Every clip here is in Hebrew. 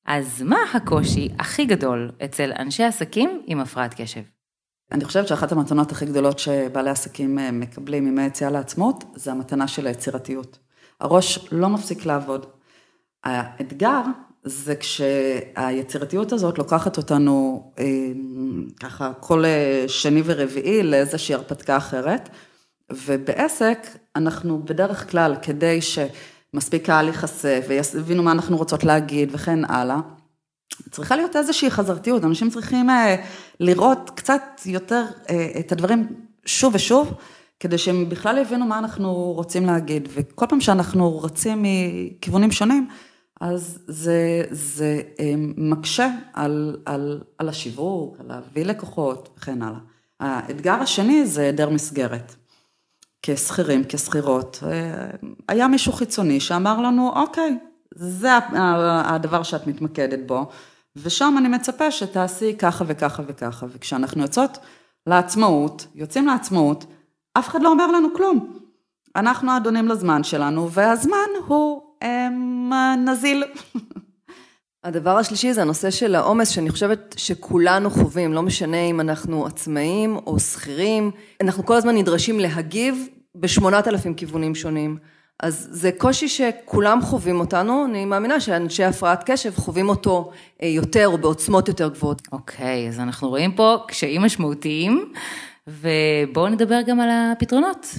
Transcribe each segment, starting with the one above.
אז מה הקושי הכי גדול אצל אנשי עסקים עם הפרעת קשב? אני חושבת שאחת המתנות הכי גדולות שבעלי עסקים מקבלים עם היציאה לעצמאות, זה המתנה של היצירתיות. הראש לא מפסיק לעבוד. האתגר זה כשהיצירתיות הזאת לוקחת אותנו ככה כל שני ורביעי לאיזושהי הרפתקה אחרת, ובעסק אנחנו בדרך כלל כדי שמספיק קהל להיחשף ויבינו מה אנחנו רוצות להגיד וכן הלאה, צריכה להיות איזושהי חזרתיות, אנשים צריכים לראות קצת יותר את הדברים שוב ושוב, כדי שהם בכלל יבינו מה אנחנו רוצים להגיד, וכל פעם שאנחנו רצים מכיוונים שונים, אז זה מקשה על השיווק, על להביא לקוחות וכן הלאה. האתגר השני זה היעדר מסגרת. כסחירים, כסחירות, היה מישהו חיצוני שאמר לנו, אוקיי, זה הדבר שאת מתמקדת בו, ושם אני מצפה שתעשי ככה וככה וככה, וכשאנחנו יוצאים לעצמאות, אף אחד לא אומר לנו כלום. אנחנו אדונים לזמן שלנו, והזמן הוא נזיל. הדבר השלישי זה הנושא של העומס, שאני חושבת שכולנו חווים, לא משנה אם אנחנו עצמאים או שכירים, אנחנו כל הזמן נדרשים להגיב ב8,000 כיוונים שונים. אז זה קושי שכולם חווים אותנו, אני מאמינה שאנשי הפרעת קשב חווים אותו יותר או בעוצמות יותר גבוהות. אוקיי, אז אנחנו רואים פה קשיים משמעותיים, ובואו נדבר גם על הפתרונות.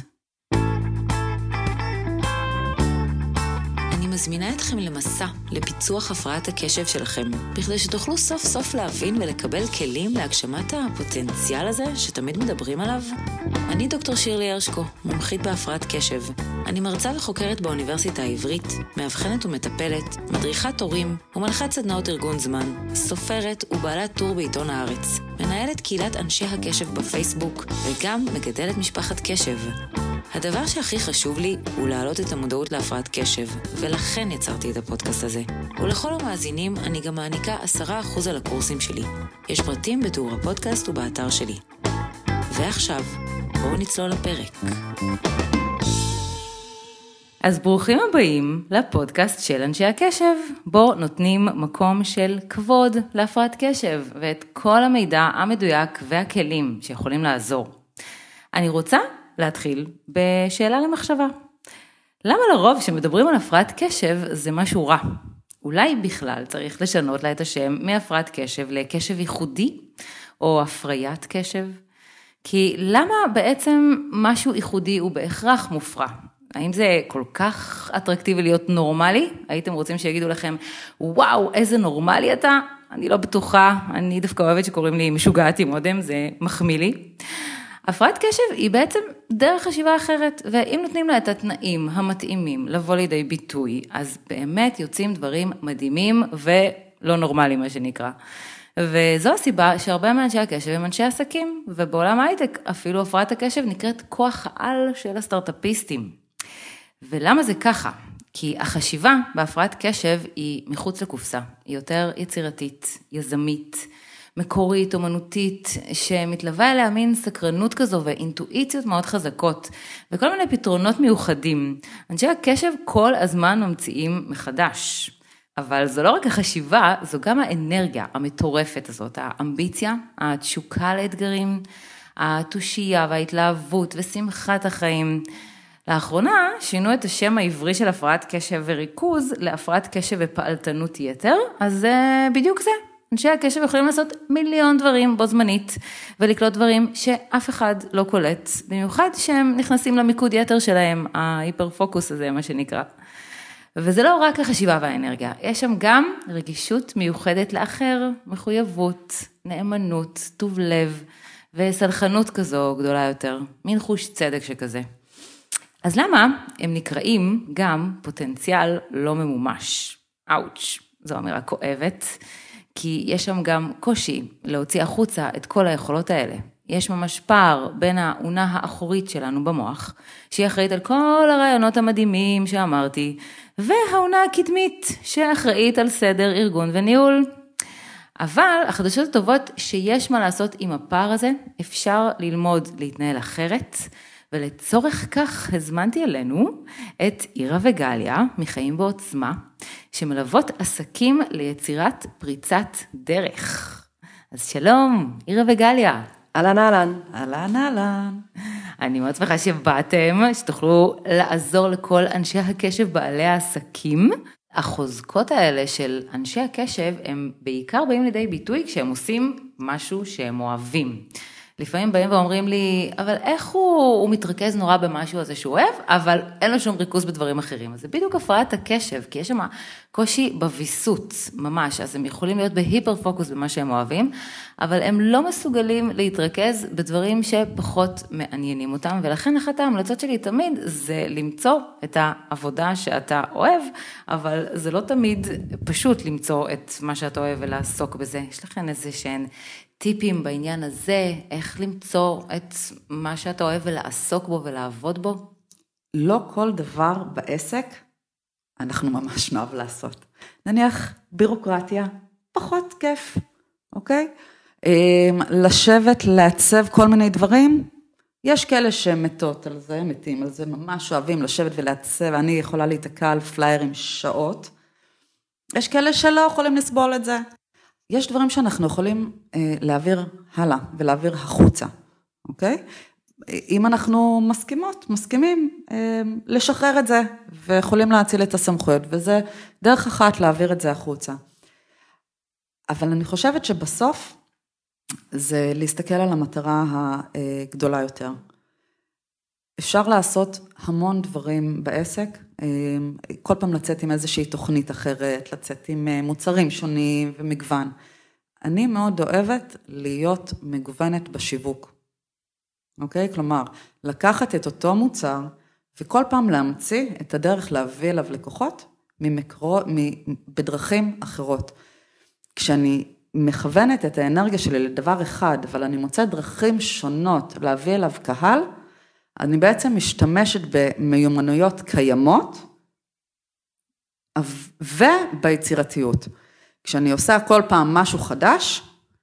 מזמינה אתכם למסע לפיצוח הפרעת הקשב שלכם, בכדי שתוכלו סוף סוף להבין ולקבל כלים להגשמת הפוטנציאל הזה שתמיד מדברים עליו. אני דוקטור שירלי הרשקו, מומחית בהפרעת קשב. אני מרצה וחוקרת באוניברסיטה העברית, מאבחנת ומטפלת, מדריכת הורים ומנחת סדנאות ארגון זמן, סופרת ובעלת טור בעיתון הארץ, מנהלת קהילת אנשי הקשב בפייסבוק וגם מגדלת משפחת קשב. הדבר שהכי חשוב לי הוא להעלות את המודעות להפרעת קשב, ולכן יצרתי את הפודקאסט הזה. ולכל המאזינים אני גם מעניקה 10% על הקורסים שלי. יש פרטים בתיאור הפודקאסט ובאתר שלי. ועכשיו, בואו נצלול לפרק. אז ברוכים הבאים לפודקאסט של אנשי הקשב, בו נותנים מקום של כבוד להפרעת קשב, ואת כל המידע המדויק והכלים שיכולים לעזור. אני רוצה להתחיל בשאלה למחשבה. למה לרוב שמדברים על הפרעת קשב זה משהו רע? אולי בכלל צריך לשנות לה את השם מהפרעת קשב לקשב ייחודי או הפריית קשב? כי למה בעצם משהו ייחודי הוא בהכרח מופרע? האם זה כל כך אטרקטיבי להיות נורמלי? הייתם רוצים שיגידו לכם, וואו, איזה נורמלי אתה? אני לא בטוחה, אני דווקא אוהבת שקוראים לי משוגעת עם אודם, זה מחמיא לי. הפרעת קשב היא בעצם דרך חשיבה אחרת, ואם נותנים לה את התנאים המתאימים לבוא לידי ביטוי, אז באמת יוצאים דברים מדהימים ולא נורמליים, מה שנקרא. וזו הסיבה שהרבה מאנשי הקשב הם אנשי עסקים, ובעולם ההייטק אפילו הפרעת הקשב נקראת כוח העל של הסטארט-אפיסטים. ולמה זה ככה? כי החשיבה בהפרעת קשב היא מחוץ לקופסה, היא יותר יצירתית, יזמית, מקורית, אומנותית, שמתלווה אליה מין סקרנות כזו ואינטואיציות מאוד חזקות, וכל מיני פתרונות מיוחדים. אנשי הקשב כל הזמן ממציאים מחדש. אבל זו לא רק החשיבה, זו גם האנרגיה המטורפת הזאת, האמביציה, התשוקה לאתגרים, התושייה וההתלהבות ושמחת החיים. לאחרונה שינו את השם העברי של הפרעת קשב וריכוז להפרעת קשב ופעלתנות יתר, אז זה בדיוק זה. אנשי הקשב יכולים לעשות מיליון דברים בו זמנית, ולקלוט דברים שאף אחד לא קולט, במיוחד שהם נכנסים למיקוד יתר שלהם, ההיפרפוקוס הזה, מה שנקרא. וזה לא רק החשיבה והאנרגיה, יש שם גם רגישות מיוחדת לאחר, מחויבות, נאמנות, טוב לב, וסלחנות כזו גדולה יותר, מין חוש צדק שכזה. אז למה הם נקראים גם פוטנציאל לא ממומש? אאוץ', זו אמירה כואבת, כי יש שם גם קושי להוציא החוצה את כל היכולות האלה. יש ממש פער בין האונה האחורית שלנו במוח, שהיא אחראית על כל הרעיונות המדהימים שאמרתי, והאונה הקדמית שאחראית על סדר, ארגון וניהול. אבל החדשות הטובות שיש מה לעשות עם הפער הזה, אפשר ללמוד להתנהל אחרת, ולצורך כך הזמנתי אלינו את אירה וגליה מחיים בעוצמה, שמלוות עסקים ליצירת פריצת דרך. אז שלום, אירה וגליה. אהלן, אהלן. אהלן, אהלן. אני מאוד שמחה שבאתם, שתוכלו לעזור לכל אנשי הקשב בעלי העסקים. החוזקות האלה של אנשי הקשב הם בעיקר באים לידי ביטוי כשהם עושים משהו שהם אוהבים. לפעמים באים ואומרים לי, אבל איך הוא מתרכז נורא במשהו הזה שהוא אוהב, אבל אין לו שום ריכוז בדברים אחרים. אז זה בדיוק הפרעת הקשב, כי יש שם קושי בוויסות, ממש. אז הם יכולים להיות בהיפר פוקוס במה שהם אוהבים, אבל הם לא מסוגלים להתרכז בדברים שפחות מעניינים אותם, ולכן אחת ההמלצות שלי תמיד זה למצוא את העבודה שאתה אוהב, אבל זה לא תמיד פשוט למצוא את מה שאתה אוהב ולעסוק בזה. יש לכם איזה שהן טיפים בעניין הזה, איך למצוא את מה שאתה אוהב ולעסוק בו ולעבוד בו? לא כל דבר בעסק אנחנו ממש נאהב לעשות. נניח בירוקרטיה, פחות כיף, אוקיי? לשבת, לעצב כל מיני דברים, יש כאלה שמתות על זה, מתים על זה, ממש אוהבים לשבת ולעצב, אני יכולה להתעקע על פליירים שעות, יש כאלה שלא יכולים לסבול את זה. יש דברים שאנחנו יכולים להעביר הלאה ולהעביר החוצה, אוקיי? אם אנחנו מסכימים לשחרר את זה, ויכולים להציל את הסמכויות, וזה דרך אחת להעביר את זה החוצה. אבל אני חושבת שבסוף, זה להסתכל על המטרה הגדולה יותר. אפשר לעשות המון דברים בעסק, כל פעם לצאת עם איזושהי תוכנית אחרת, לצאת עם מוצרים שונים ומגוון. אני מאוד אוהבת להיות מגוונת בשיווק. אוקיי? כלומר, לקחת את אותו מוצר, וכל פעם להמציא את הדרך להביא אליו לקוחות, בדרכים אחרות. כשאני מכוונת את האנרגיה שלי לדבר אחד, אבל אני מוצאת דרכים שונות להביא אליו קהל, אני בעצם משתמשת במיומנויות קיימות, וביצירתיות. כשאני עושה כל פעם משהו חדש,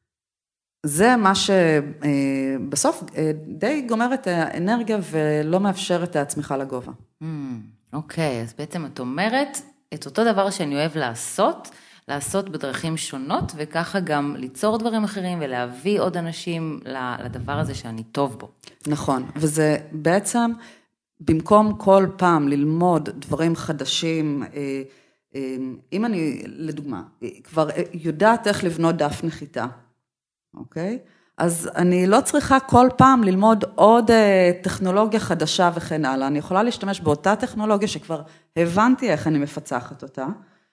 זה מה שבסוף די גומר את האנרגיה, ולא מאפשר את הצמיחה לגובה. אוקיי, אז בעצם את אומרת, את אותו דבר שאני אוהב לעשות בדרכים שונות, וככה גם ליצור דברים אחרים, ולהביא עוד אנשים לדבר הזה שאני טוב בו. נכון, וזה בעצם, במקום כל פעם ללמוד דברים חדשים, אם אני, לדוגמה, כבר יודעת איך לבנות דף נחיתה, אוקיי? אז אני לא צריכה כל פעם ללמוד עוד טכנולוגיה חדשה וכן הלאה, אני יכולה להשתמש באותה טכנולוגיה שכבר הבנתי איך אני מפצחת אותה,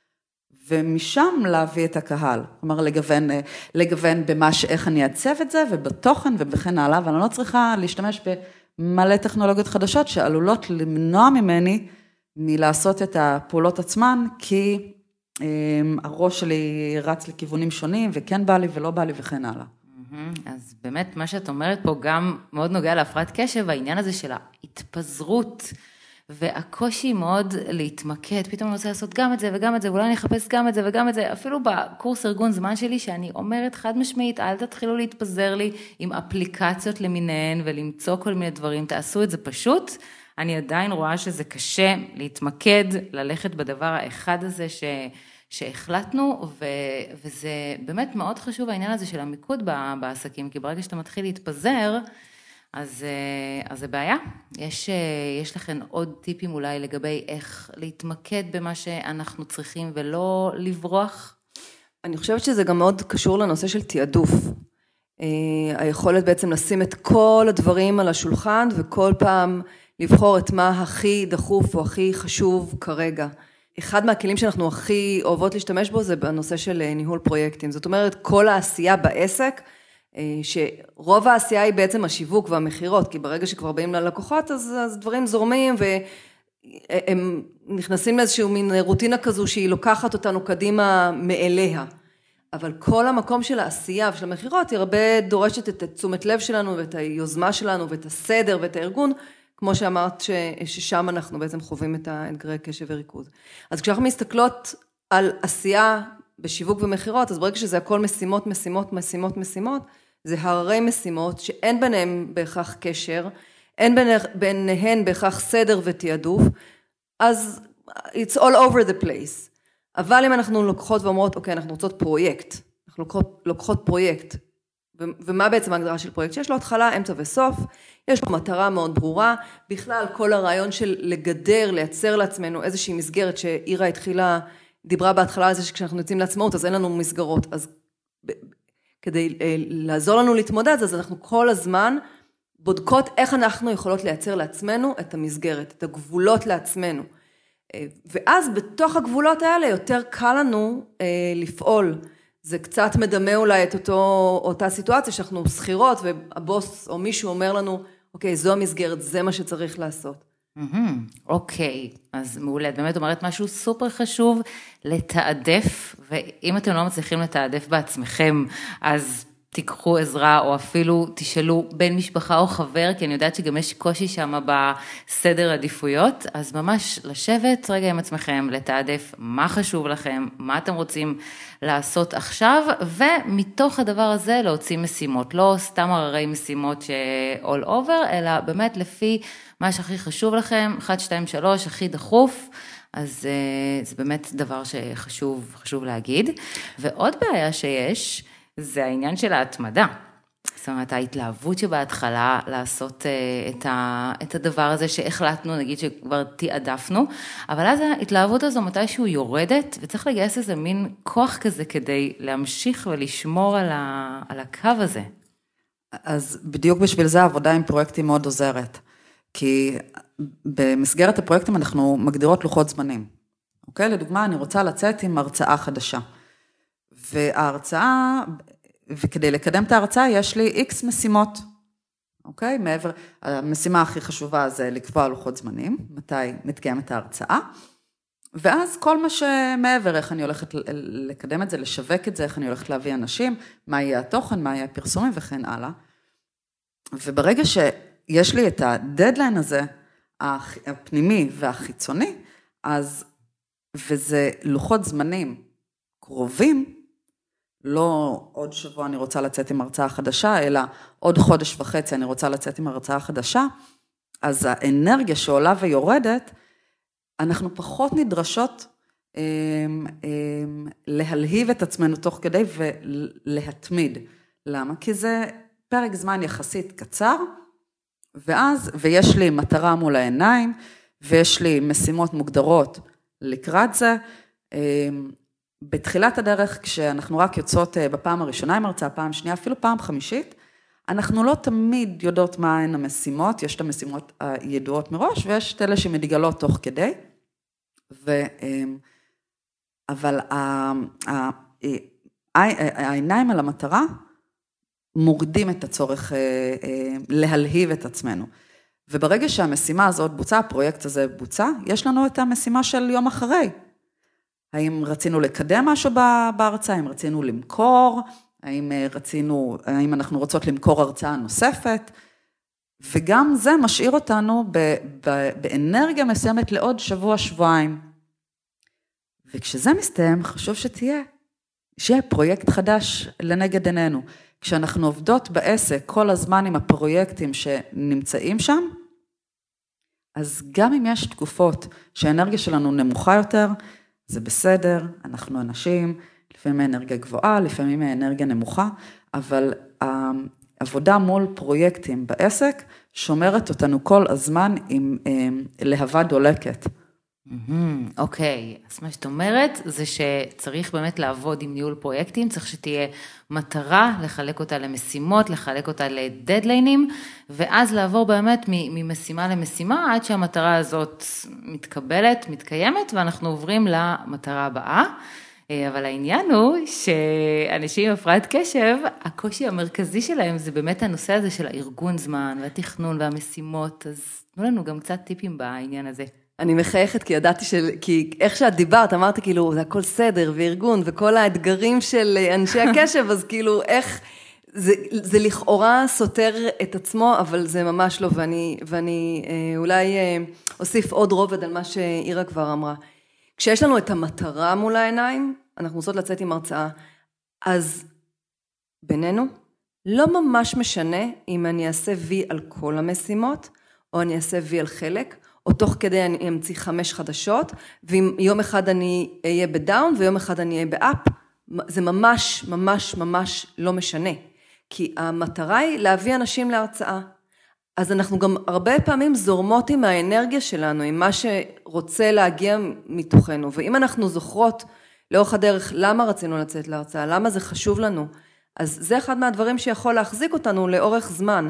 ומשם להביא את הקהל, כלומר לגוון איך אני אעצב את זה, ובתוכן ובכן הלאה, ואני לא צריכה להשתמש במלא טכנולוגיות חדשות, שעלולות למנוע ממני מלעשות את הפעולות עצמן, כי הראש שלי רץ לכיוונים שונים, וכן בא לי ולא בא לי וכן הלאה. אז באמת מה שאת אומרת פה גם מאוד נוגע להפרעת קשב, העניין הזה של ההתפזרות, והקושי מאוד להתמקד, פתאום אני רוצה לעשות גם את זה וגם את זה, ואולי אני אחפש גם את זה וגם את זה, אפילו בקורס ארגון זמן שלי, שאני אומרת חד משמעית, אל תתחילו להתפזר לי עם אפליקציות למיניהן, ולמצוא כל מיני דברים, תעשו את זה פשוט, אני עדיין רואה שזה קשה להתמקד, ללכת בדבר האחד הזה שהחלטנו, וזה באמת מאוד חשוב העניין הזה של המיקוד בעסקים, כי ברגע שאתה מתחיל להתפזר, אז זה בעיה. יש לכם עוד טיפים אולי לגבי איך להתמקד במה שאנחנו צריכים ולא לברוח? אני חושבת שזה גם מאוד קשור לנושא של תיעדוף. היכולת בעצם לשים את כל הדברים על השולחן וכל פעם לבחור את מה הכי דחוף או הכי חשוב כרגע. אחד מהכלים שאנחנו הכי אוהבות להשתמש בו זה בנושא של ניהול פרויקטים. זאת אומרת, כל העשייה בעסק, שרוב העשייה היא בעצם השיווק והמחירות, כי ברגע שכבר באים ללקוחות, אז דברים זורמים, והם נכנסים לאיזשהו מין רוטינה כזו, שהיא לוקחת אותנו קדימה מאליה. אבל כל המקום של העשייה ושל המחירות, היא הרבה דורשת את תשומת לב שלנו, ואת היוזמה שלנו, ואת הסדר, ואת הארגון, כמו שאמרת ששם אנחנו בעצם חווים את האתגרי קשב וריכוז. אז כשאנחנו מסתכלות על עשייה בשיווק ומחירות, אז ברגע שזה הכל משימות, משימות, משימות, משימות, זה הררי משימות שאין ביניהם בהכרח קשר, אין ביניהן בהכרח סדר ותיעדוף, אז it's all over the place. אבל אם אנחנו לוקחות ואומרות, אוקיי, אנחנו רוצות פרויקט, אנחנו לוקחות פרויקט, ומה בעצם ההגדרה של פרויקט? שיש לו התחלה, אמצע וסוף, יש לו מטרה מאוד ברורה, בכלל כל הרעיון של לגדר, לייצר לעצמנו איזושהי מסגרת שאירה דיברה בהתחלה על זה שכשאנחנו יוצאים לעצמאות, אז אין לנו מסגרות, אז כדי לעזור לנו להתמודד, אז אנחנו כל הזמן בודקות איך אנחנו יכולות לייצר לעצמנו את המסגרת, את הגבולות לעצמנו. ואז בתוך הגבולות האלה יותר קל לנו לפעול. זה קצת מדמה אולי את אותה סיטואציה שאנחנו שכירות, והבוס או מישהו אומר לנו, אוקיי, זו המסגרת, זה מה שצריך לעשות. אוקיי, אז מעולה, את באמת אומרת משהו סופר חשוב, לתעדף, ואם אתם לא מצליחים לתעדף בעצמכם, אז תיקחו עזרה, או אפילו תשאלו בן משפחה או חבר, כי אני יודעת שגם יש קושי שם בסדר עדיפויות, אז ממש לשבת רגע עם עצמכם, לתעדף מה חשוב לכם, מה אתם רוצים לעשות עכשיו, ומתוך הדבר הזה להוציא משימות, לא סתם הררי משימות ש-all over, אלא באמת לפי מה שהכי חשוב לכם, 1, 2, 3, הכי דחוף, אז זה באמת דבר שחשוב להגיד. ועוד בעיה שיש, זה העניין של ההתמדה. זאת אומרת, ההתלהבות שבהתחלה לעשות את הדבר הזה שהחלטנו, נגיד שכבר תיעדפנו, אבל אז ההתלהבות הזו מתישהו יורדת, וצריך לגייס איזה מין כוח כזה כדי להמשיך ולשמור על הקו הזה. אז בדיוק בשביל זה העבודה עם פרויקטים מאוד עוזרת. כי במסגרת הפרויקטים אנחנו מגדירות לוחות זמנים. אוקיי? לדוגמה, אני רוצה לצאת עם הרצאה חדשה. וההרצאה, וכדי לקדם את ההרצאה, יש לי X משימות. אוקיי? המשימה הכי חשובה זה לקבוע לוחות זמנים, מתי מתקיימת ההרצאה. ואז כל מה שמעבר, איך אני הולכת לקדם את זה, לשווק את זה, איך אני הולכת להביא אנשים, מה יהיה התוכן, מה יהיה הפרסומים וכן הלאה. וברגע יש לי את הדדליין הזה, הפנימי והחיצוני, אז, וזה לוחות זמנים קרובים, לא עוד שבוע אני רוצה לצאת עם הרצאה חדשה, אלא עוד חודש וחצי אני רוצה לצאת עם הרצאה חדשה, אז האנרגיה שעולה ויורדת, אנחנו פחות נדרשות להלהיב את עצמנו תוך כדי ולהתמיד. למה? כי זה פרק זמן יחסית קצר, ויש לי מטרה מול העיניים, ויש לי משימות מוגדרות לקראת זה. בתחילת הדרך, כשאנחנו רק יוצאות בפעם הראשונה עם הרצאה, פעם שנייה, אפילו פעם חמישית, אנחנו לא תמיד יודעות מה הן המשימות, יש את המשימות הידועות מראש, ויש את אלה שמתגלות תוך כדי, אבל העיניים על המטרה, מורדים את הצורך להלהיב את עצמנו. וברגע שהמשימה הזאת בוצעה, הפרויקט הזה בוצע, יש לנו את המשימה של יום אחרי. האם רצינו לקדם משהו בהרצאה, האם רצינו למכור, האם אנחנו רוצות למכור הרצאה נוספת, וגם זה משאיר אותנו באנרגיה מסוימת לעוד שבוע, שבועיים. וכשזה מסתיים, חשוב שיהיה פרויקט חדש לנגד עינינו. כשאנחנו עובדות בעסק כל הזמן עם הפרויקטים שנמצאים שם, אז גם אם יש תקופות שהאנרגיה שלנו נמוכה יותר, זה בסדר, אנחנו אנשים, לפעמים האנרגיה גבוהה, לפעמים האנרגיה נמוכה, אבל העבודה מול פרויקטים בעסק שומרת אותנו כל הזמן עם להבה דולקת. אוקיי, אז מה שאת אומרת זה שצריך באמת לעבוד עם ניהול פרויקטים, צריך שתהיה מטרה, לחלק אותה למשימות, לחלק אותה לדדליינים, ואז לעבור באמת ממשימה למשימה, עד שהמטרה הזאת מתקבלת, מתקיימת, ואנחנו עוברים למטרה הבאה. אבל העניין הוא שאנשים עם הפרעת קשב, הקושי המרכזי שלהם זה באמת הנושא הזה של הארגון זמן, והתכנון והמשימות, אז תנו לנו גם קצת טיפים בעניין הזה. אני מחייכת כי ידעתי כי איך שאת דיברת, אמרת כאילו, זה הכל סדר וארגון, וכל האתגרים של אנשי הקשב, אז כאילו איך, זה לכאורה סותר את עצמו, אבל זה ממש לא, ואני אולי אוסיף עוד רובד על מה שאירה כבר אמרה. כשיש לנו את המטרה מול העיניים, אנחנו רוצות לצאת עם הרצאה, אז בינינו, לא ממש משנה אם אני אעשה וי על כל המשימות, או אני אעשה וי על חלק, או תוך כדי אני אמציא 5 חדשות, ואם יום אחד אני אהיה בדאון, ויום אחד אני אהיה באפ, זה ממש, ממש, ממש לא משנה. כי המטרה היא להביא אנשים להרצאה. אז אנחנו גם הרבה פעמים זורמות עם האנרגיה שלנו, עם מה שרוצה להגיע מתוכנו, ואם אנחנו זוכרות לאורך הדרך למה רצינו לצאת להרצאה, למה זה חשוב לנו, אז זה אחד מהדברים שיכול להחזיק אותנו לאורך זמן.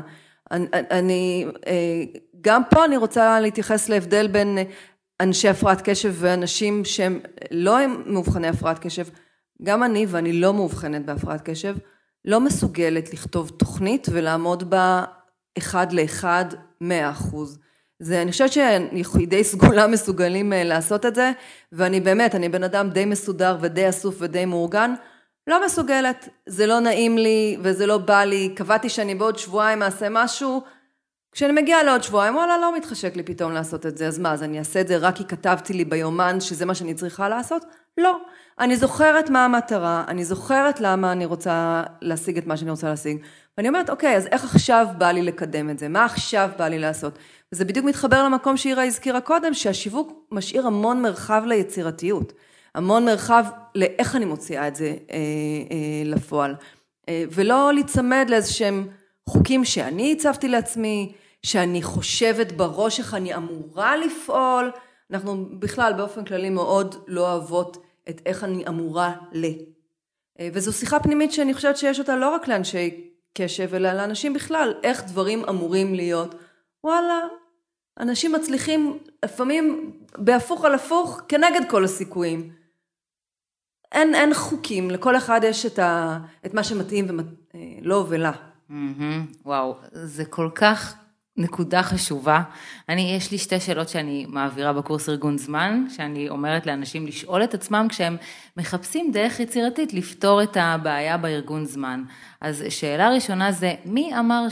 גם פה אני רוצה להתייחס להבדל בין אנשי הפרעת קשב ואנשים שהם לא מאובחני הפרעת קשב. גם אני, ואני לא מאובחנת בהפרעת קשב, לא מסוגלת לכתוב תוכנית ולעמוד בה 1:1, 100%. אני חושבת שיחידי סגולה מסוגלים לעשות את זה, ואני באמת, אני בן אדם די מסודר ודי אסוף ודי מאורגן, לא מסוגלת, זה לא נעים לי וזה לא בא לי, קבעתי שאני בעוד שבועיים אעשה משהו, כשאני מגיעה לעוד שבועיים, וואלה, לא מתחשק לי פתאום לעשות את זה, אז מה, אז אני אעשה את זה רק כי כתבתי לי ביומן שזה מה שאני צריכה לעשות? לא. אני זוכרת מה המטרה, אני זוכרת למה אני רוצה להשיג את מה שאני רוצה להשיג, ואני אומרת, אוקיי, אז איך עכשיו בא לי לקדם את זה? מה עכשיו בא לי לעשות? וזה בדיוק מתחבר למקום שאירה הזכירה קודם, שהשיווק משאיר המון מרחב ליצירתיות, המון מרחב לאיך אני מוציאה את זה לפועל, ולא להצמד לאיזשהם חוקים שאני הצבתי לעצמי, שאני חושבת בראש איך אני אמורה לפעול, אנחנו בכלל באופן כללי מאוד לא אוהבות את איך אני אמורה וזו שיחה פנימית שאני חושבת שיש אותה לא רק לאנשי קשב, אלא לאנשים בכלל, איך דברים אמורים להיות. וואלה, אנשים מצליחים לפעמים בהפוך על הפוך כנגד כל הסיכויים. אין חוקים, לכל אחד יש את מה שמתאים ולא ולה. וואו, זה כל כך נקודה חשובה. יש לי 2 שאלות שאני מעבירה בקורס ארגון זמן, שאני אומרת לאנשים לשאול את עצמם כשהם מחפשים דרך יצירתית לפתור את הבעיה בארגון זמן. אז שאלה ראשונה זה, מי אמר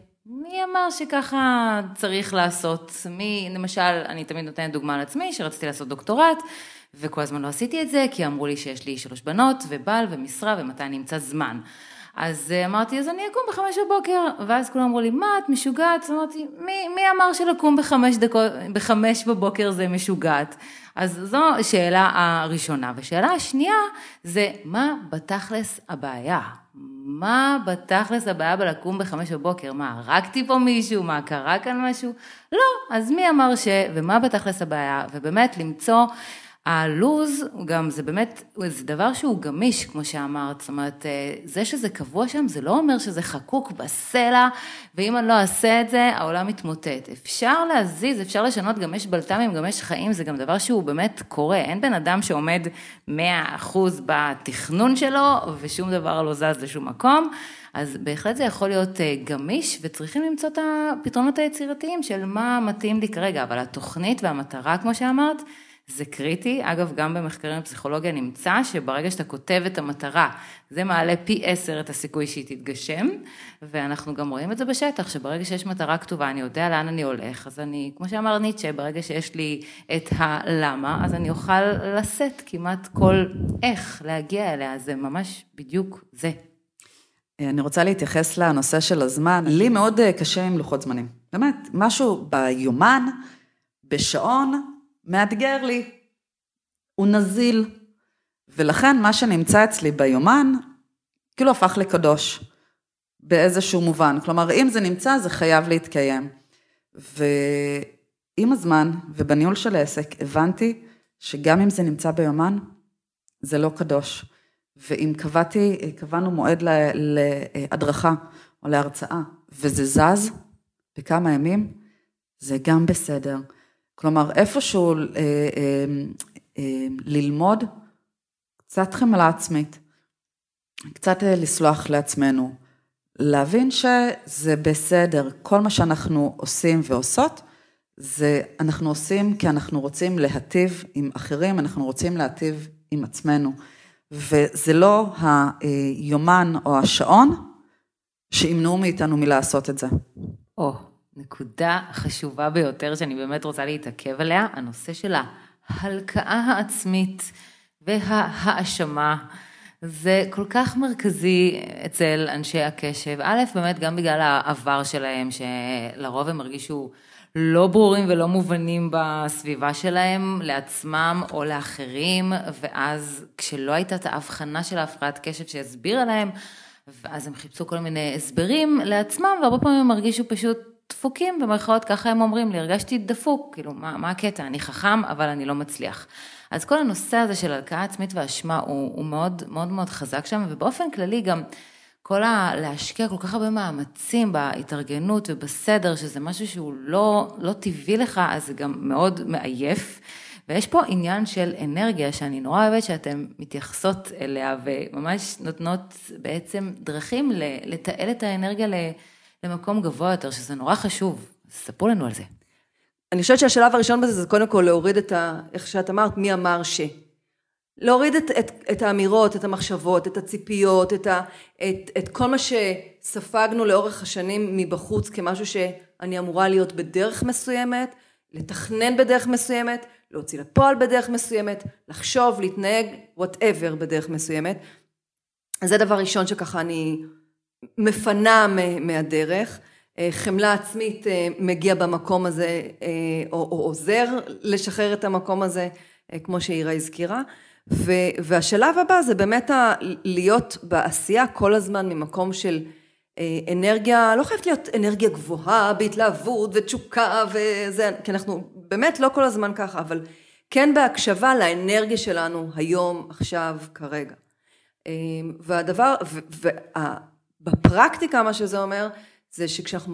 שככה צריך לעשות? למשל, אני תמיד נותנת דוגמה על עצמי, שרציתי לעשות דוקטורט, וכל הזמן לא עשיתי את זה, כי אמרו לי שיש לי 3 בנות, ובעל ומשרה, ומתי נמצא זמן. אז אמרתי, אז אני אקום ב5 בבוקר, ואז כולם אמרו לי, מה, את משוגעת? אז אמרתי, מי אמר שלקום ב5 בבוקר זה משוגעת? אז זו שאלה הראשונה. ושאלה השנייה זה, מה בתכלס הבעיה? מה בתכלס הבעיה בלקום ב5 בבוקר? מה, הרגתי פה מישהו? מה, קרה כאן משהו? לא, אז מי אמר ומה בתכלס הבעיה? ובאמת למצוא הלוז, גם זה באמת, זה דבר שהוא גמיש, כמו שאמרת, זאת אומרת, זה שזה קבוע שם, זה לא אומר שזה חקוק בסלע, ואם אני לא אעשה את זה, העולם מתמוטט. אפשר להזיז, אפשר לשנות, גם יש בלת"מים, גם יש חיים, זה גם דבר שהוא באמת קורה. אין בן אדם שעומד 100% בתכנון שלו, ושום דבר לא זז לשום מקום, אז בהחלט זה יכול להיות גמיש, וצריכים למצוא את הפתרונות היצירתיים של מה מתאים לי כרגע, אבל התוכנית והמטרה, כמו שאמרת, זה קריטי. אגב, גם במחקרים בפסיכולוגיה נמצא שברגע שאתה כותב את המטרה, זה מעלה פי 10 את הסיכוי שהיא תתגשם, ואנחנו גם רואים את זה בשטח, שברגע שיש מטרה כתובה, אני יודע לאן אני הולך, אז אני, כמו שאמר ניטשה, ברגע שיש לי את הלמה, אז אני אוכל לשאת כמעט כל איך להגיע אליה, זה ממש בדיוק זה. אני רוצה להתייחס לנושא של הזמן, לי מאוד קשה עם לוחות זמנים, באמת, משהו ביומן, בשעון, מאתגר לי, הוא נזיל, ולכן מה שנמצא אצלי ביומן, כאילו הפך לקדוש, באיזשהו מובן, כלומר אם זה נמצא זה חייב להתקיים, ועם הזמן ובניהול של העסק הבנתי שגם אם זה נמצא ביומן, זה לא קדוש, ואם קבענו מועד להדרכה או להרצאה, וזה זז בכמה ימים, זה גם בסדר, כלומר, איפשהו ללמוד קצת חמלה עצמית, קצת לסלוח לעצמנו, להבין שזה בסדר, כל מה שאנחנו עושים ועושות, זה אנחנו עושים כי אנחנו רוצים להטיב עם אחרים, אנחנו רוצים להטיב עם עצמנו, וזה לא היומן או השעון שימנעו מאיתנו מלעשות את זה. נקודה חשובה ביותר שאני באמת רוצה להתעכב עליה, הנושא של ההלקאה העצמית וההאשמה, זה כל כך מרכזי אצל אנשי הקשב, א', באמת גם בגלל העבר שלהם, שלרוב הם הרגישו לא ברורים ולא מובנים בסביבה שלהם, לעצמם או לאחרים, ואז כשלא הייתה את ההבחנה של ההפרעת קשב שהסבירה להם, ואז הם חיפשו כל מיני הסברים לעצמם, והרבה פעמים הם הרגישו פשוט דפוקים, במרכאות ככה הם אומרים לי, הרגשתי דפוק, כאילו מה הקטע, אני חכם אבל אני לא מצליח. אז כל הנושא הזה של הלקאה עצמית והאשמה הוא מאוד מאוד מאוד חזק שם, ובאופן כללי גם כל להשקיע כל כך הרבה מאמצים בהתארגנות ובסדר, שזה משהו שהוא לא טבעי לך, אז זה גם מאוד מעייף, ויש פה עניין של אנרגיה שאני נורא אוהבת שאתן מתייחסות אליה, וממש נותנות בעצם דרכים לתעל את האנרגיה למקום גבוה יותר, שזה נורא חשוב. ספרו לנו על זה. אני חושבת שהשלב הראשון בזה זה קודם כל להוריד איך שאת אמרת, מי אמר ש. להוריד את האמירות, את המחשבות, את הציפיות, את כל מה שספגנו לאורך השנים מבחוץ כמשהו שאני אמורה להיות בדרך מסוימת, לתכנן בדרך מסוימת, להוציא לפועל בדרך מסוימת, לחשוב, להתנהג, whatever בדרך מסוימת. אז זה דבר ראשון שככה אני מפנה מהדרך. חמלה עצמית מגיע במקום הזה, או עוזר לשחרר את המקום הזה, כמו שאירה הזכירה. והשלב הבא זה באמת להיות בעשייה כל הזמן ממקום של אנרגיה, לא חייבת להיות אנרגיה גבוהה, בהתלהבות ותשוקה וזה, כי אנחנו באמת לא כל הזמן ככה, אבל כן בהקשבה לאנרגיה שלנו היום, עכשיו, כרגע. והדבר, בפרקטיקה מה שזה אומר, זה שכשאנחנו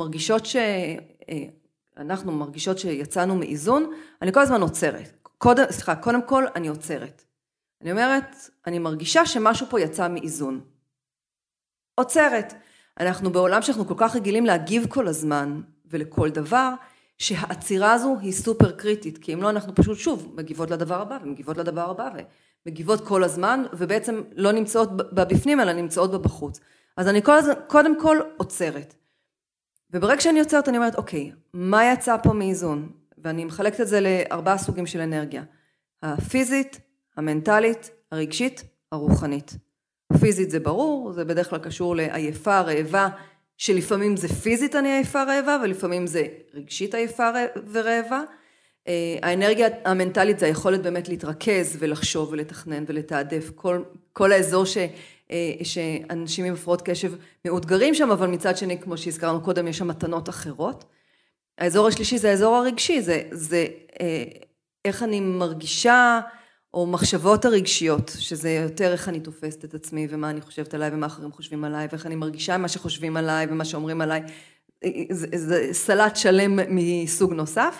מרגישות שיצאנו מאיזון, אני כל הזמן עוצרת. קודם כל אני עוצרת. אני אומרת, אני מרגישה שמשהו פה יצא מאיזון. עוצרת. אנחנו בעולם שאנחנו כל כך רגילים להגיב כל הזמן ולכל דבר, שהעצירה הזו היא סופר קריטית, כי אם לא אנחנו פשוט שוב מגיבות לדבר הבא ומגיבות לדבר הבא ומגיבות כל הזמן, ובעצם לא נמצאות בבפנים אלא נמצאות בבחוץ. אז אני קודם כל עוצרת. וברגע שאני עוצרת אני אומרת, אוקיי, מה יצא פה מאיזון? ואני מחלקת את זה ל4 סוגים של אנרגיה. הפיזית, המנטלית, הרגשית, הרוחנית. פיזית זה ברור, זה בדרך כלל קשור לעייפה, רעבה, שלפעמים זה פיזית אני עייפה רעבה, ולפעמים זה רגשית עייפה ורעבה. האנרגיה המנטלית זה היכולת באמת להתרכז ולחשוב ולתכנן ולתעדף. כל האזור שאנשים עם הפרעות קשב מאותגרים שם, אבל מצד שני, כמו שהזכרנו קודם, יש שם מתנות אחרות. האזור השלישי זה האזור הרגשי, זה איך אני מרגישה, או מחשבות הרגשיות, שזה יותר איך אני תופסת את עצמי, ומה אני חושבת עליי, ומה אחרים חושבים עליי, ואיך אני מרגישה מה שחושבים עליי, ומה שאומרים עליי, זה סלט שלם מסוג נוסף,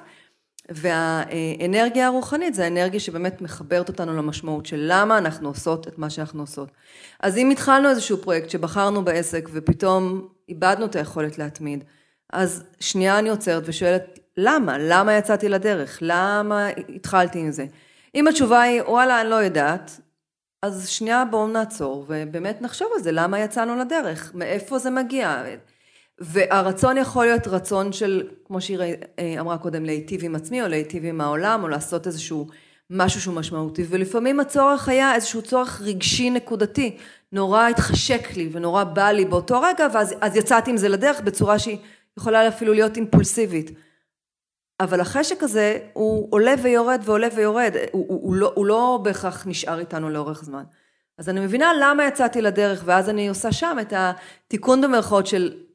והאנרגיה הרוחנית, זה האנרגיה שבאמת מחברת אותנו למשמעות של למה אנחנו עושות את מה שאנחנו עושות. אז אם התחלנו איזשהו פרויקט שבחרנו בעסק, ופתאום איבדנו את היכולת להתמיד, אז שנייה אני עוצרת ושואלת, למה? למה יצאתי לדרך? למה התחלתי עם זה? אם התשובה היא, וואלה, אני לא יודעת, אז שנייה בואו נעצור, ובאמת נחשוב על זה, למה יצאנו לדרך? מאיפה זה מגיע? והרצון יכול להיות רצון של, כמו שהיא אמרה קודם, להיטיב עם עצמי, או להיטיב עם העולם, או לעשות איזשהו משהו שהוא משמעותי, ולפעמים הצורך היה איזשהו צורך רגשי נקודתי, נורא התחשק לי, ונורא בא לי באותו רגע, ואז יצאתי עם זה לדרך, בצורה שהיא יכולה אפילו להיות אימפולסיבית. אבל החשק הזה, הוא עולה ויורד ועולה ויורד, הוא לא בהכרח נשאר איתנו לאורך זמן. אז אני מבינה למה יצאתי לדרך, ואז אני עושה שם את התיקון במרכאות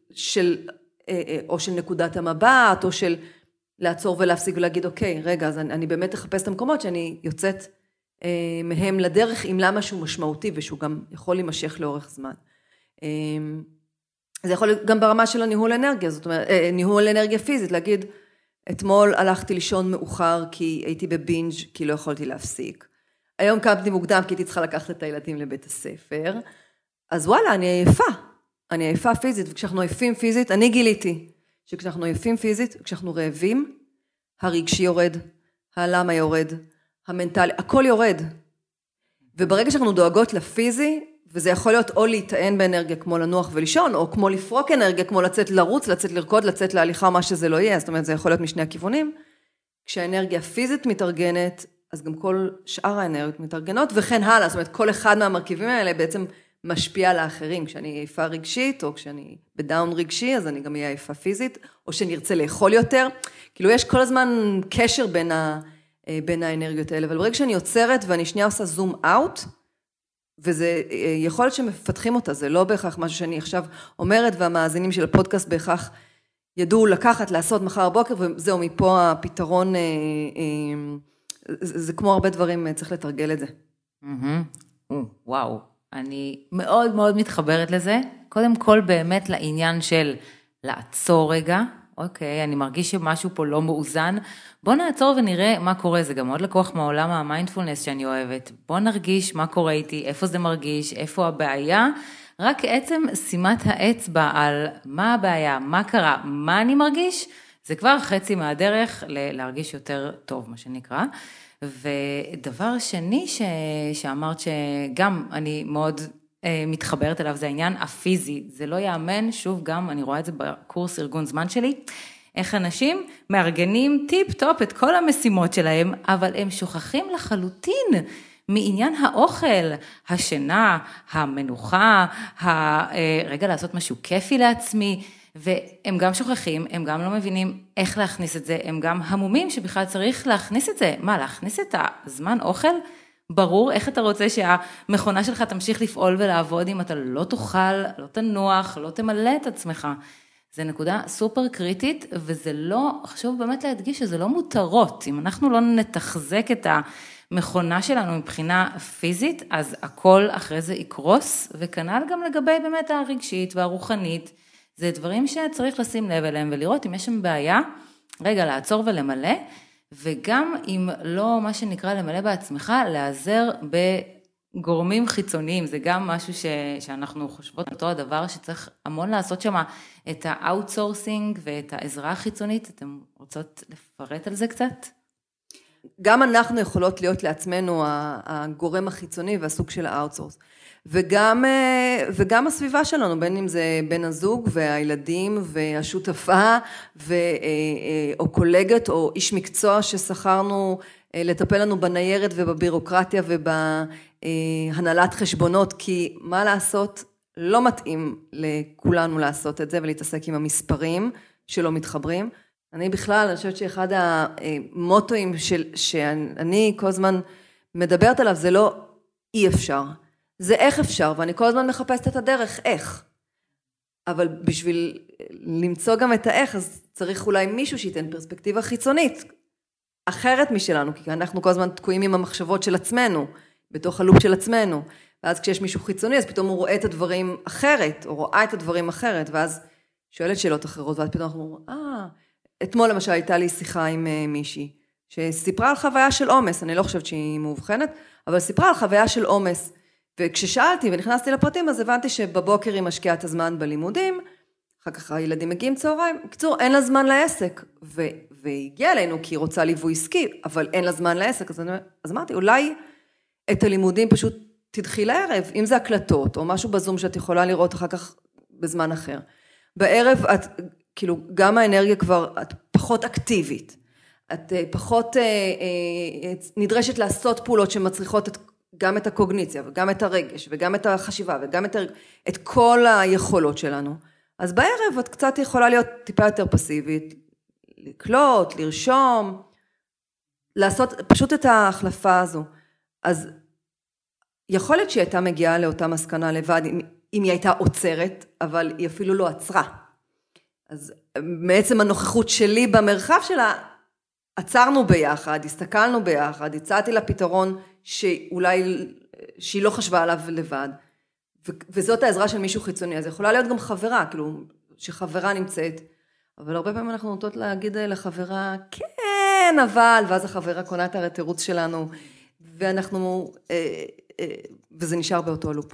או של נקודת המבט, או של לעצור ולהפסיק ולהגיד, אוקיי, רגע, אז אני באמת אחפש את המקומות שאני יוצאת מהם לדרך, עם למה שהוא משמעותי, ושהוא גם יכול להימשך לאורך זמן. זה יכול להיות גם ברמה של הניהול אנרגיה, זאת אומרת, ניהול אנרגיה פיזית, להגיד, אתמול הלכתי לישון מאוחר כי הייתי בבינג' כי לא יכולתי להפסיק. היום קמתי מוקדם כי הייתי צריכה לקחת את הילדים לבית הספר. אז וואלה, אני עייפה. אני עייפה פיזית, וכשאנחנו עייפים פיזית, אני גיליתי שכשאנחנו עייפים פיזית, כשאנחנו רעבים, הרגשי יורד, הלמה יורד, המנטלי, הכל יורד. וברגע שאנחנו דואגות לפיזי, וזה יכול להיות או להיטען באנרגיה כמו לנוח ולישון, או כמו לפרוק אנרגיה, כמו לצאת לרוץ, לצאת לרקוד, לצאת להליכה, מה שזה לא יהיה, זאת אומרת, זה יכול להיות משני הכיוונים. כשהאנרגיה הפיזית מתארגנת, אז גם כל שאר האנרגיות מתארגנות, וכן הלאה, זאת אומרת, כל אחד מהמרכיבים האלה בעצם משפיעה על האחרים. כשאני עייפה רגשית, או כשאני בדאון רגשי, אז אני גם אהיה עייפה פיזית, או שאני ארצה לאכול יותר. כאילו יש כל הזמן קשר בין האנרגיות האלה, אבל ברגע שאני יוצרת ואני שנייה עושה זום אאוט, וזה יכול להיות שמפתחים אותה, זה לא בהכרח משהו שאני עכשיו אומרת, והמאזינים של הפודקאסט בהכרח ידעו לקחת, לעשות מחר בוקר, וזהו, מפה הפתרון, זה כמו הרבה דברים, צריך לתרגל את זה. וואו, אני מאוד מאוד מתחברת לזה. קודם כל באמת לעניין של לעצור רגע, אוקיי, אני מרגיש שמשהו פה לא מאוזן, בוא נעצור ונראה מה קורה, זה גם מאוד לקוח מעולם המיינדפולנס שאני אוהבת, בוא נרגיש מה קורה איתי, איפה זה מרגיש, איפה הבעיה, רק עצם שימת האצבע על מה הבעיה, מה קרה, מה אני מרגיש, זה כבר חצי מהדרך להרגיש יותר טוב, מה שנקרא. ודבר שני שאמרת שגם אני מאוד מתחברת אליו, זה העניין הפיזי, זה לא יאמן, שוב גם אני רואה את זה בקורס ארגון זמן שלי, איך אנשים מארגנים טיפ טופ את כל המשימות שלהם, אבל הם שוכחים לחלוטין מעניין האוכל, השינה, המנוחה, רגע לעשות משהו כיפי לעצמי, והם גם שוכחים, הם גם לא מבינים איך להכניס את זה, הם גם המומים שבכלל צריך להכניס את זה, מה להכניס את הזמן אוכל? ברור, איך אתה רוצה שהמכונה שלך תמשיך לפעול ולעבוד אם אתה לא תאכל, לא תנוח, לא תמלא את עצמך. זה נקודה סופר קריטית, וזה לא, חשוב באמת להדגיש שזה לא מותרות, אם אנחנו לא נתחזק את המכונה שלנו מבחינה פיזית, אז הכל אחרי זה יקרוס, וכנ"ל גם לגבי באמת הרגשית והרוחנית, זה דברים שצריך לשים לב אליהם ולראות אם יש שם בעיה, רגע לעצור ולמלא, וגם אם לא מה שנקרא למלא בעצמך, להיעזר בגורמים חיצוניים, זה גם משהו שאנחנו חושבות אותו הדבר שצריך המון לעשות שם את האוטסורסינג ואת העזרה החיצונית, אתם רוצות לפרט על זה קצת? גם אנחנו יכולות להיות לעצמנו הגורם החיצוני והסוג של האוטסורס. וגם הסביבה שלנו, בין אם זה בן הזוג והילדים והשותפה או קולגת או איש מקצוע ששכרנו לטפל לנו בניירת ובבירוקרטיה ובהנהלת חשבונות, כי מה לעשות, לא מתאים לכולנו לעשות את זה ולהתעסק עם המספרים שלא מתחברים. אני בכלל, אני חושבת שאחד המוטואים שאני כל הזמן מדברת עליו, זה לא אי אפשר. זה איך אפשר, ואני כל הזמן מחפשת את הדרך, איך. אבל בשביל למצוא גם את האיך, אז צריך אולי מישהו שייתן פרספקטיבה חיצונית, אחרת משלנו, כי אנחנו כל הזמן תקועים עם המחשבות של עצמנו, בתוך הלופ של עצמנו, ואז כשיש מישהו חיצוני, אז פתאום הוא רואה את הדברים אחרת, או רואה את הדברים אחרת, ואז שואלת שאלות אחרות, ואז פתאום אנחנו אומרים, אתמול למשל הייתה לי שיחה עם מישהי, שסיפרה על חוויה של עומס, אני לא חושבת שהיא מאובחנת, אבל סיפרה על חוויה של עומס, וכששאלתי ונכנסתי לפרטים, אז הבנתי שבבוקר היא משקיעה את הזמן בלימודים, אחר כך הילדים מגיעים צהריים, בקיצור, אין לה זמן לעסק, והגיעה אלינו כי היא רוצה ליווי עסקי, אבל אין לה זמן לעסק, אז אמרתי, אולי את הלימודים פשוט תדחי לערב, אם זה הקלטות, או משהו בזום שאת יכולה לראות אחר כך בזמן אחר. בערב את, כאילו, גם האנרגיה כבר, את פחות אקטיבית, את פחות נדרשת לעשות פעולות שמצריכות גם את הקוגניציה, וגם את הרגש, וגם את החשיבה, וגם את כל היכולות שלנו. אז בערב את קצת יכולה להיות טיפה יותר פסיבית, לקלוט, לרשום, לעשות פשוט את ההחלפה הזו. אז יכול להיות שהיא הייתה מגיעה לאותה מסקנה לבד, אם היא הייתה עוצרת, אבל היא אפילו לא עצרה. אז בעצם הנוכחות שלי במרחב שלה, עצרנו ביחד, הסתכלנו ביחד, הצעתי לה פתרון שאולי, שהיא לא חשבה עליו לבד, וזאת העזרה של מישהו חיצוני, אז יכולה להיות גם חברה, כאילו, שחברה נמצאת, אבל הרבה פעמים אנחנו נוטות להגיד לחברה, כן, אבל, ואז החברה קונה את התירוץ שלנו, ואנחנו, וזה נשאר באותו לופ.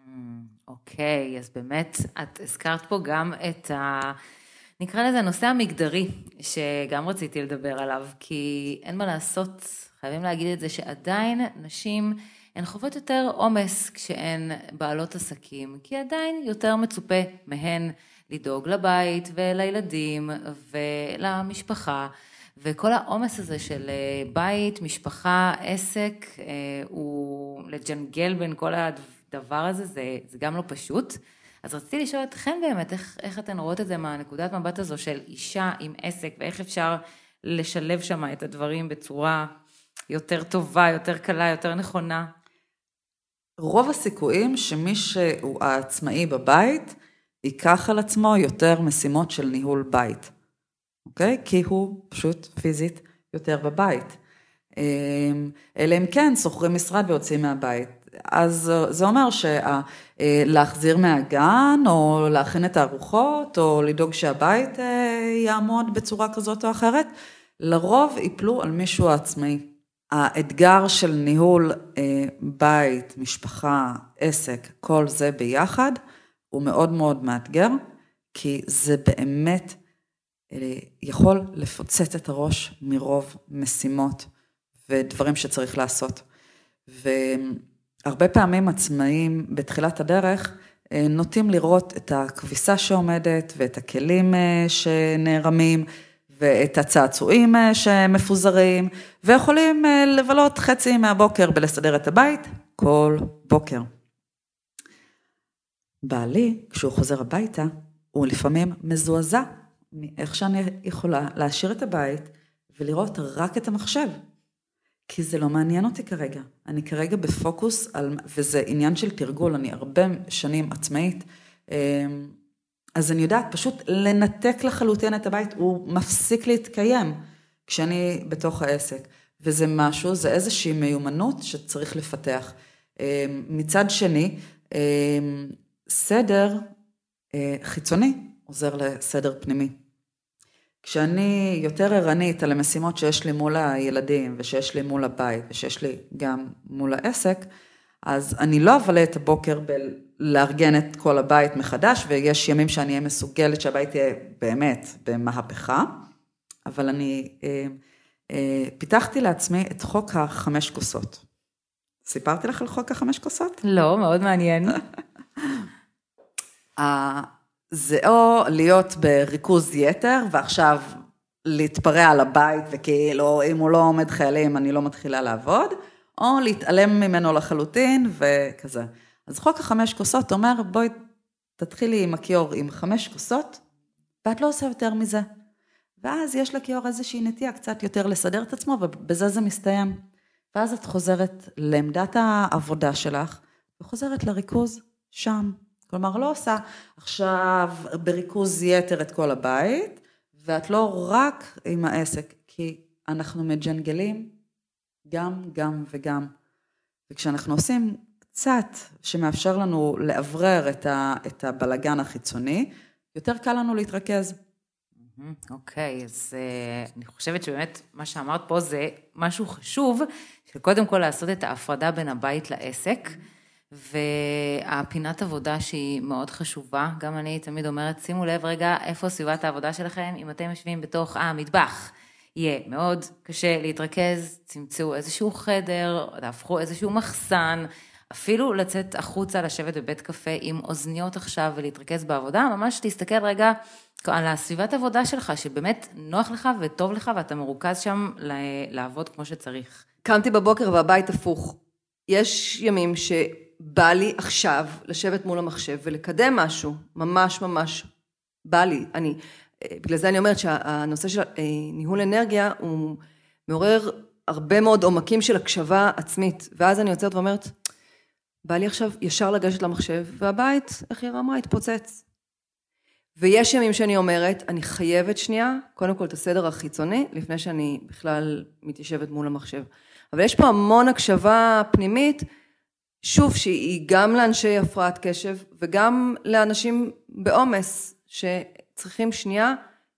אוקיי, אז באמת, את הזכרת פה גם את נקרא לזה הנושא המגדרי, שגם רציתי לדבר עליו, כי אין מה לעשות, חייבים להגיד את זה, שעדיין נשים הן חוות יותר עומס כשהן בעלות עסקים, כי עדיין יותר מצופה מהן לדאוג לבית ולילדים ולמשפחה, וכל העומס הזה של בית, משפחה, עסק, הוא לג'נגל בין כל הדבר הזה, זה גם לא פשוט. אז רציתי לשאול אתכם באמת, איך אתן רואות את זה מהנקודת מבט הזו של אישה עם עסק, ואיך אפשר לשלב שם את הדברים בצורה יותר טובה, יותר קלה, יותר נכונה? רוב הסיכויים שמי שהוא העצמאי בבית, ייקח על עצמו יותר משימות של ניהול בית. אוקיי? כי הוא פשוט פיזית יותר בבית. אלא אם כן, שוכרים משרד ויוצאים מהבית. אז זה אומר להחזיר מהגן, או להכין את הארוחות, או לדאוג שהבית יעמוד בצורה כזאת או אחרת, לרוב ייפלו על מישהו העצמאי. האתגר של ניהול בית, משפחה, עסק, כל זה ביחד, הוא מאוד מאוד מאתגר, כי זה באמת יכול לפוצץ את הראש מרוב משימות ודברים שצריך לעשות. והרבה פעמים עצמאים בתחילת הדרך נוטים לראות את הכביסה שעומדת ואת הכלים שנערמים ואת הצעצועים שמפוזרים, ויכולים לבלות חצי מהבוקר בלסדר את הבית כל בוקר. בעלי, כשהוא חוזר הביתה, הוא לפעמים מזועזע מאיך שאני יכולה להשאיר את הבית ולראות רק את המחשב. כי זה לא מעניין אותי כרגע. אני כרגע בפוקוס, וזה עניין של תרגול, אני הרבה שנים עצמאית, אז אני יודעת פשוט לנתק לחלוטין את הבית, הוא מפסיק להתקיים כשאני בתוך העסק. וזה משהו, זה איזושהי מיומנות שצריך לפתח. מצד שני, סדר חיצוני עוזר לסדר פנימי. כשאני יותר ערנית על המשימות שיש לי מול הילדים, ושיש לי מול הבית, ושיש לי גם מול העסק, אז אני לא אבלה את הבוקר לארגן את כל הבית מחדש, ויש ימים שאני אהיה מסוגלת שהבית יהיה באמת במהפכה, אבל אני פיתחתי לעצמי את חוק 5 כוסות. סיפרתי לך על חוק 5 כוסות? לא, מאוד מעניין. זה או להיות בריכוז יתר, ועכשיו להתפרע על הבית, וכאילו אם הוא לא עומד חיילים אני לא מתחילה לעבוד, או להתעלם ממנו לחלוטין וכזה. אז חוק 5 כוסות אומר, בואי תתחילי עם הכיור עם 5 כוסות, ואת לא עושה יותר מזה. ואז יש לכיור איזושהי נטייה קצת יותר לסדר את עצמו, ובזה זה מסתיים. ואז את חוזרת לעמדת העבודה שלך, וחוזרת לריכוז שם. כלומר, לא עושה עכשיו בריכוז יתר את כל הבית, ואת לא רק עם העסק, כי אנחנו מג'נגלים גם וגם. וכשאנחנו עושים קצת שמאפשר לנו לעברר את הבלגן החיצוני, יותר קל לנו להתרכז. אוקיי, אז אני חושבת שבאמת מה שאמרת פה זה משהו חשוב, שקודם כל לעשות את ההפרדה בין הבית לעסק, והפינת עבודה שהיא מאוד חשובה, גם אני תמיד אומרת, שימו לב רגע איפה סביבת העבודה שלכם, אם אתם יושבים בתוך המטבח, יהיה מאוד קשה להתרכז, תמצאו איזשהו חדר, תהפכו איזשהו מחסן, אפילו לצאת החוצה, לשבת בבית קפה עם אוזניות עכשיו ולהתרכז בעבודה, ממש להסתכל רגע על הסביבת העבודה שלך, שבאמת נוח לך וטוב לך, ואתה מרוכז שם לעבוד כמו שצריך. קמתי בבוקר והבית הפוך. יש ימים שבא לי עכשיו לשבת מול המחשב ולקדם משהו, ממש בא לי. בגלל זה אני אומרת שהנושא של ניהול אנרגיה הוא מעורר הרבה מאוד עומקים של הקשבה עצמית, ואז אני יוצאת ואומרת, בא לי עכשיו ישר לגשת למחשב, והבית, איך היא אמרה, התפוצץ. ויש ימים שאני אומרת, אני חייבת שנייה, קודם כל את הסדר החיצוני, לפני שאני בכלל מתיישבת מול המחשב. אבל יש פה המון הקשבה פנימית, שוב, שהיא גם לאנשי הפרעת קשב, וגם לאנשים בעומס, שצריכים שנייה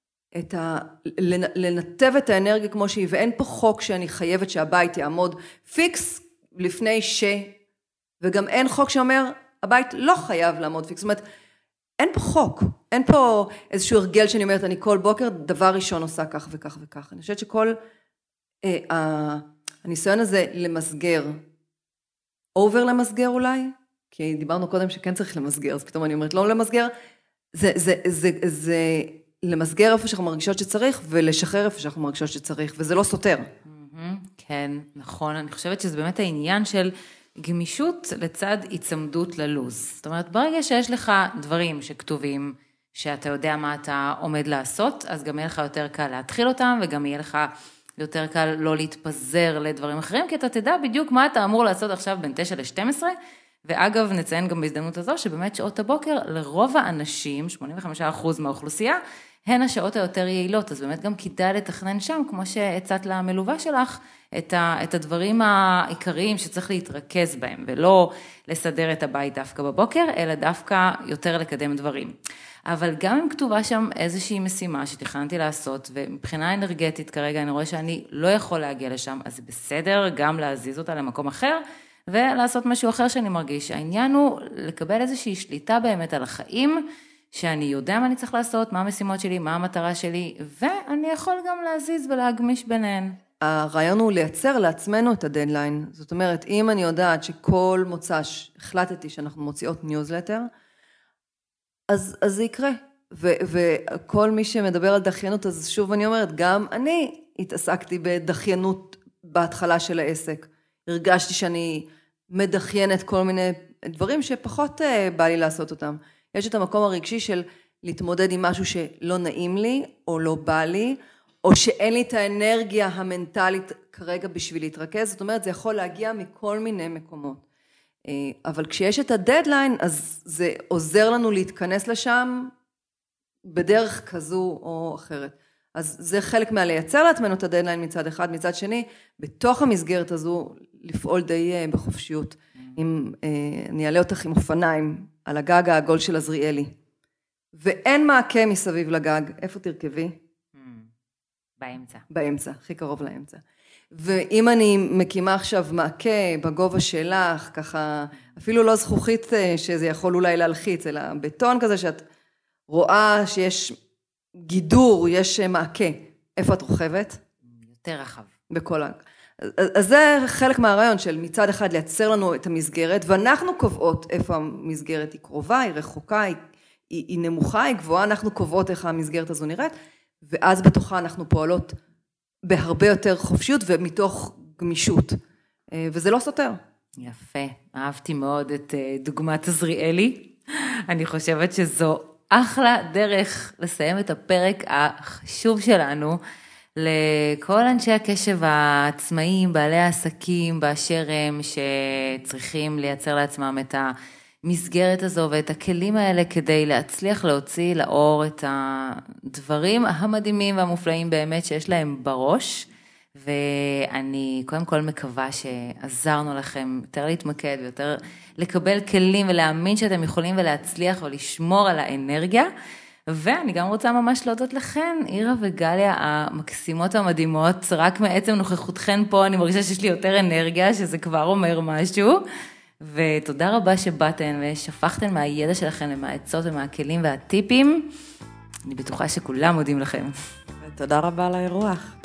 לנתב את האנרגיה כמו שהיא, ואין פה חוק שאני חייבת שהבית יעמוד פיקס לפני וגם אין חוק שאומר, הבית לא חייב לעמוד פיקס, זאת אומרת, אין פה חוק, אין פה איזשהו הרגל שאני אומרת, אני כל בוקר דבר ראשון עושה כך וכך וכך. אני חושבת שכל הניסיון הזה למסגר, אובר למסגר אולי, כי דיברנו קודם שכן צריך למסגר, אז פתאום אני אומרת לא למסגר, זה למסגר איפה שאנחנו מרגישות שצריך, ולשחרר איפה שאנחנו מרגישות שצריך, וזה לא סותר. כן, נכון, אני חושבת שזה באמת העניין של גמישות לצד הצמדות ללוז. זאת אומרת, ברגע שיש לך דברים שכתובים, שאתה יודע מה אתה עומד לעשות, אז גם יהיה לך יותר קל להתחיל אותם, וגם יהיה לך יותר קל לא להתפזר לדברים אחרים, כי אתה תדע בדיוק מה אתה אמור לעשות עכשיו בין 9 ל-12, ואגב נציין גם בהזדמנות הזו, שבאמת שעות הבוקר לרוב האנשים, 85% מהאוכלוסייה, הן השעות היותר יעילות, אז באמת גם כדאי לתכנן שם, כמו שהצעת למלווה שלך, את הדברים העיקריים שצריך להתרכז בהם, ולא לסדר את הבית דווקא בבוקר, אלא דווקא יותר לקדם דברים. אבל גם אם כתובה שם איזושהי משימה שתכננתי לעשות, ומבחינה אנרגטית כרגע אני רואה שאני לא יכול להגיע לשם, אז זה בסדר גם להזיז אותה למקום אחר, ולעשות משהו אחר שאני מרגיש. העניין הוא לקבל איזושהי שליטה באמת על החיים, שאני יודע מה אני צריך לעשות, מה המשימות שלי, מה המטרה שלי, ואני יכול גם להזיז ולהגמיש ביניהן. הרעיון הוא לייצר לעצמנו את הדדליין. זאת אומרת, אם אני יודעת שכל מוצ"ש החלטתי שאנחנו מוציאות ניוזלטר, אז זה יקרה. וכל מי שמדבר על דחיינות, אז שוב אני אומרת, גם אני התעסקתי בדחיינות בהתחלה של העסק. הרגשתי שאני מדחיינת כל מיני דברים שפחות בא לי לעשות אותם. יש את המקום הרגשי של להתמודד עם משהו שלא נעים לי, או לא בא לי, או שאין לי את האנרגיה המנטלית כרגע בשביל להתרכז. זאת אומרת, זה יכול להגיע מכל מיני מקומות. אבל כשיש את הדדליין, אז זה עוזר לנו להתכנס לשם בדרך כזו או אחרת. אז זה חלק מהלייצר לעצמנו את הדדליין מצד אחד, מצד שני, בתוך המסגרת הזו לפעול די בחופשיות. אם אני אעלה אותך עם אופניים על הגג העגול של עזריאלי, ואין מעקה מסביב לגג, איפה תרכבי? באמצע. באמצע, הכי קרוב לאמצע. ואם אני מקימה עכשיו מעקה בגובה שלך, ככה, אפילו לא זכוכית שזה יכול אולי להלחיץ, אלא בטון כזה שאת רואה שיש גידור, יש מעקה. איפה את רוכבת? יותר רחב. בכל אז זה חלק מהרעיון של מצד אחד לייצר לנו את המסגרת, ואנחנו קובעות איפה המסגרת היא קרובה, היא רחוקה, היא נמוכה, היא גבוהה, אנחנו קובעות איך המסגרת הזו נראית, ואז בתוכה אנחנו פועלות בהרבה יותר חופשיות ומתוך גמישות, וזה לא סותר. יפה, אהבתי מאוד את דוגמת עזריאלי, אני חושבת שזו אחלה דרך לסיים את הפרק החשוב שלנו, לכל אנשי הקשב העצמאיים, בעלי העסקים באשר הם, שצריכים לייצר לעצמם את המסגרת הזו ואת הכלים האלה כדי להצליח להוציא לאור את הדברים המדהימים והמופלאים באמת שיש להם בראש, ואני קודם כל מקווה שעזרנו לכם יותר להתמקד ויותר לקבל כלים ולהאמין שאתם יכולים ולהצליח ולשמור על האנרגיה, ואני גם רוצה ממש להודות לכן, אירה וגליה המקסימות והמדהימות, רק מעצם נוכחותכן פה אני מרגישה שיש לי יותר אנרגיה, שזה כבר אומר משהו, ותודה רבה שבאתן ושפכתן מהידע שלכם ומהעצות ומהכלים והטיפים, אני בטוחה שכולם מודים לכם. תודה רבה על האירוח.